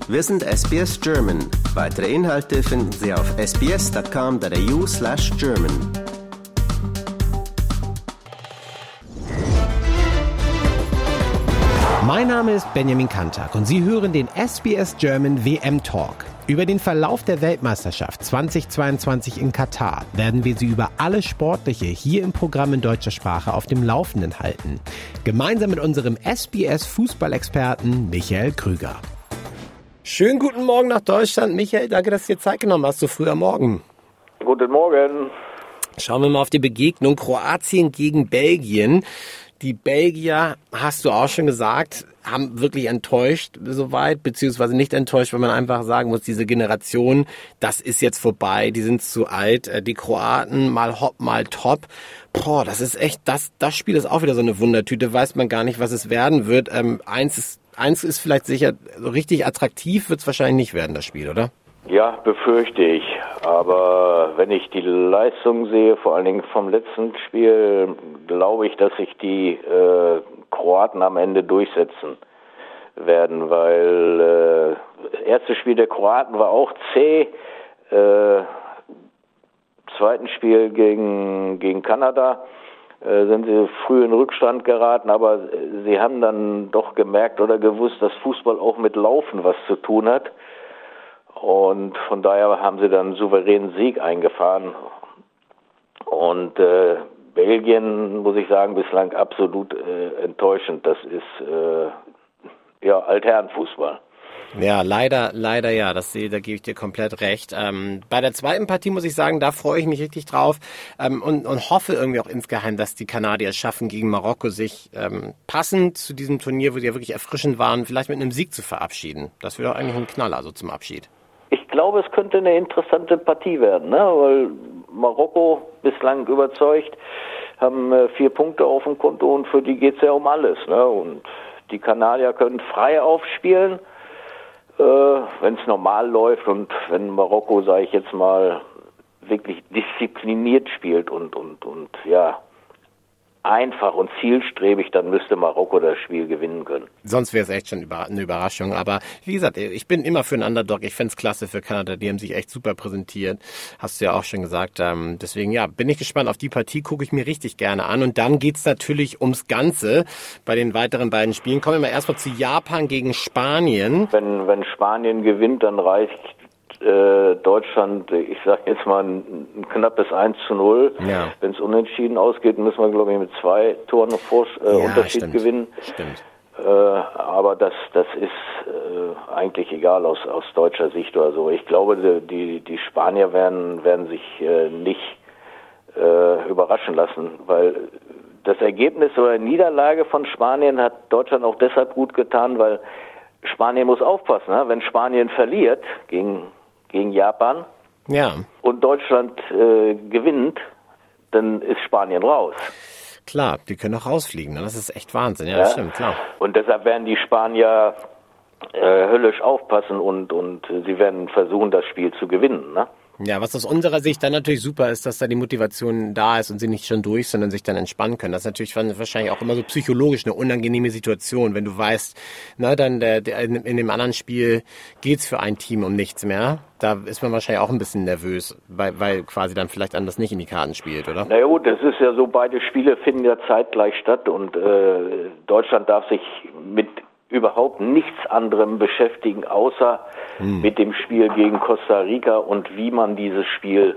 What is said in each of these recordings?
Wir sind SBS German. Weitere Inhalte finden Sie auf sbs.com.au/German. Mein Name ist Benjamin Kantak und Sie hören den SBS German WM Talk. Über den Verlauf der Weltmeisterschaft 2022 in Katar werden wir Sie über alles Sportliche hier im Programm in deutscher Sprache auf dem Laufenden halten. Gemeinsam mit unserem SBS-Fußballexperten Michael Krüger. Schönen guten Morgen nach Deutschland. Michael, danke, dass du dir Zeit genommen hast, so früh am Morgen. Guten Morgen. Schauen wir mal auf die Begegnung Kroatien gegen Belgien. Die Belgier, hast du auch schon gesagt, haben wirklich enttäuscht soweit, beziehungsweise nicht enttäuscht, weil man einfach sagen muss, diese Generation, das ist jetzt vorbei, die sind zu alt. Die Kroaten, mal hopp, mal top. Boah, das ist echt, das Spiel ist auch wieder so eine Wundertüte, weiß man gar nicht, was es werden wird. Eins ist vielleicht sicher, so richtig attraktiv wird es wahrscheinlich nicht werden, das Spiel, oder? Ja, befürchte ich. Aber wenn ich die Leistung sehe, vor allen Dingen vom letzten Spiel, glaube ich, dass sich die Kroaten am Ende durchsetzen werden, weil erstes Spiel der Kroaten war auch zäh. Zweiten Spiel gegen Kanada sind sie früh in Rückstand geraten, aber sie haben dann doch gemerkt oder gewusst, dass Fußball auch mit Laufen was zu tun hat. Und von daher haben sie dann einen souveränen Sieg eingefahren. Und Belgien, muss ich sagen, bislang absolut enttäuschend. Das ist Altherrenfußball. Ja, leider ja, da gebe ich dir komplett recht. Bei der zweiten Partie muss ich sagen, da freue ich mich richtig drauf und hoffe irgendwie auch insgeheim, dass die Kanadier es schaffen, gegen Marokko sich passend zu diesem Turnier, wo sie ja wirklich erfrischend waren, vielleicht mit einem Sieg zu verabschieden. Das wäre doch eigentlich ein Knaller, so zum Abschied. Ich glaube, es könnte eine interessante Partie werden, ne? Weil Marokko bislang überzeugt, haben 4 Punkte auf dem Konto und für die geht's ja um alles, ne? Und die Kanadier können frei aufspielen, wenn es normal läuft und wenn Marokko, sage ich jetzt mal, wirklich diszipliniert spielt und einfach und zielstrebig, dann müsste Marokko das Spiel gewinnen können. Sonst wäre es echt schon eine Überraschung. Aber wie gesagt, ich bin immer für einen Underdog. Ich fände es klasse für Kanada. Die haben sich echt super präsentiert. Hast du ja auch schon gesagt. Deswegen, ja, bin ich gespannt auf die Partie. Gucke ich mir richtig gerne an. Und dann geht's natürlich ums Ganze bei den weiteren beiden Spielen. Kommen wir mal erstmal zu Japan gegen Spanien. Wenn Spanien gewinnt, dann reicht Deutschland, ich sage jetzt mal ein knappes 1:0. Ja. Wenn es unentschieden ausgeht, müssen wir, glaube ich, mit 2 Toren Unterschied gewinnen. Stimmt. Aber das ist eigentlich egal aus deutscher Sicht oder so. Ich glaube, die Spanier werden sich nicht überraschen lassen, weil das Ergebnis oder Niederlage von Spanien hat Deutschland auch deshalb gut getan, weil Spanien muss aufpassen, ne? Wenn Spanien verliert gegen Japan, ja, und Deutschland gewinnt, dann ist Spanien raus. Klar, die können auch rausfliegen, ne? Das ist echt Wahnsinn, ja, das stimmt, klar. Und deshalb werden die Spanier höllisch aufpassen und sie werden versuchen, das Spiel zu gewinnen, ne? Ja, was aus unserer Sicht dann natürlich super ist, dass da die Motivation da ist und sie nicht schon durch, sondern sich dann entspannen können. Das ist natürlich wahrscheinlich auch immer so psychologisch eine unangenehme Situation, wenn du weißt, na, dann in dem anderen Spiel geht's für ein Team um nichts mehr. Da ist man wahrscheinlich auch ein bisschen nervös, weil quasi dann vielleicht anders nicht in die Karten spielt, oder? Na gut, das ist ja so, beide Spiele finden ja zeitgleich statt und Deutschland darf sich mit überhaupt nichts anderem beschäftigen, außer mit dem Spiel gegen Costa Rica und wie man dieses Spiel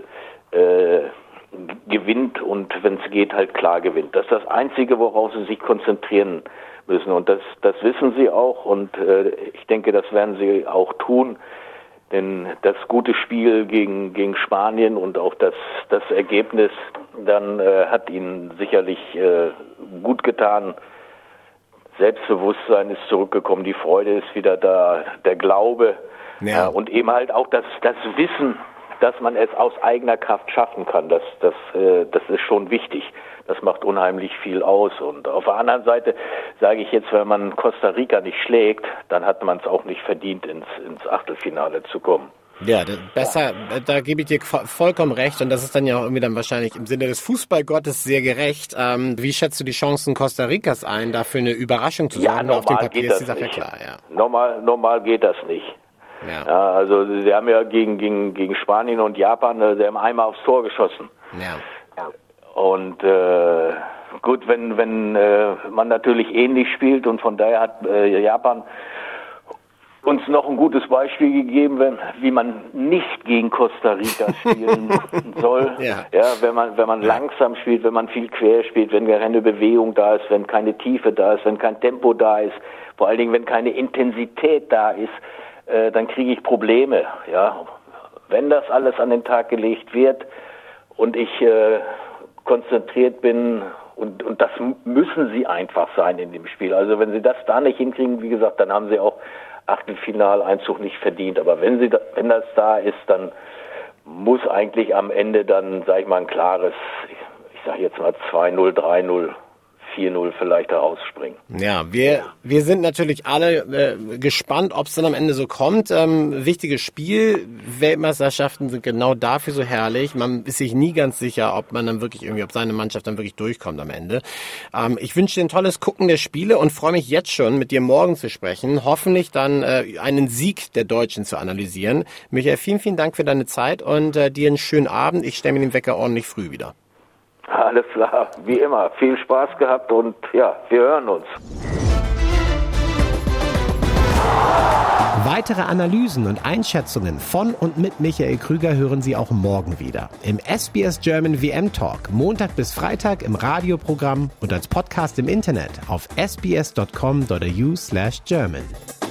gewinnt und wenn es geht, halt klar gewinnt. Das ist das Einzige, worauf sie sich konzentrieren müssen und das wissen sie auch und ich denke, das werden sie auch tun, denn das gute Spiel gegen Spanien und auch das Ergebnis dann hat ihnen sicherlich gut getan. Selbstbewusstsein ist zurückgekommen, die Freude ist wieder da, der Glaube und eben halt auch das Wissen, dass man es aus eigener Kraft schaffen kann. Das ist schon wichtig. Das macht unheimlich viel aus. Und auf der anderen Seite sage ich jetzt, wenn man Costa Rica nicht schlägt, dann hat man es auch nicht verdient, ins Achtelfinale zu kommen. Ja, da gebe ich dir vollkommen recht und das ist dann ja auch irgendwie dann wahrscheinlich im Sinne des Fußballgottes sehr gerecht. Wie schätzt du die Chancen Costa Ricas ein, dafür eine Überraschung zu sorgen? Ja, normal auf dem Papier geht das ist die Sache nicht. Klar, ja. Normal geht das nicht. Ja. Ja, also sie haben ja gegen Spanien und Japan, sie haben einmal aufs Tor geschossen. Ja. Und gut, wenn man natürlich ähnlich spielt und von daher hat Japan uns noch ein gutes Beispiel gegeben, wie man nicht gegen Costa Rica spielen soll. Ja, wenn man langsam spielt, wenn man viel quer spielt, wenn keine Bewegung da ist, wenn keine Tiefe da ist, wenn kein Tempo da ist, vor allen Dingen, wenn keine Intensität da ist, dann kriege ich Probleme. Ja, wenn das alles an den Tag gelegt wird und ich konzentriert bin, und das müssen sie einfach sein in dem Spiel. Also wenn sie das da nicht hinkriegen, wie gesagt, dann haben sie auch Achtelfinaleinzug nicht verdient. Aber wenn das da ist, dann muss eigentlich am Ende dann, sag ich mal, ein klares, ich sag jetzt mal 2-0, 3-0, 4-0 vielleicht herausspringen. Ja, wir sind natürlich alle gespannt, ob es dann am Ende so kommt. Wichtiges Spiel. Weltmeisterschaften sind genau dafür so herrlich. Man ist sich nie ganz sicher, ob man dann wirklich ob seine Mannschaft dann wirklich durchkommt am Ende. Ich wünsche dir ein tolles Gucken der Spiele und freue mich jetzt schon, mit dir morgen zu sprechen. Hoffentlich dann einen Sieg der Deutschen zu analysieren. Michael, vielen, vielen Dank für deine Zeit und dir einen schönen Abend. Ich stelle mir den Wecker ordentlich früh wieder. Alles klar, wie immer. Viel Spaß gehabt und ja, wir hören uns. Weitere Analysen und Einschätzungen von und mit Michael Krüger hören Sie auch morgen wieder. Im SBS German WM Talk, Montag bis Freitag im Radioprogramm und als Podcast im Internet auf sbs.com.au/German.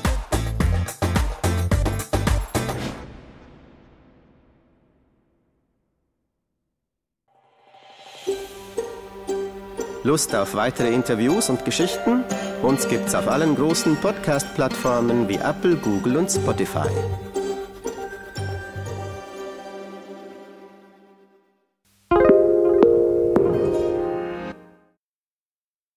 Lust auf weitere Interviews und Geschichten? Uns gibt's auf allen großen Podcast-Plattformen wie Apple, Google und Spotify.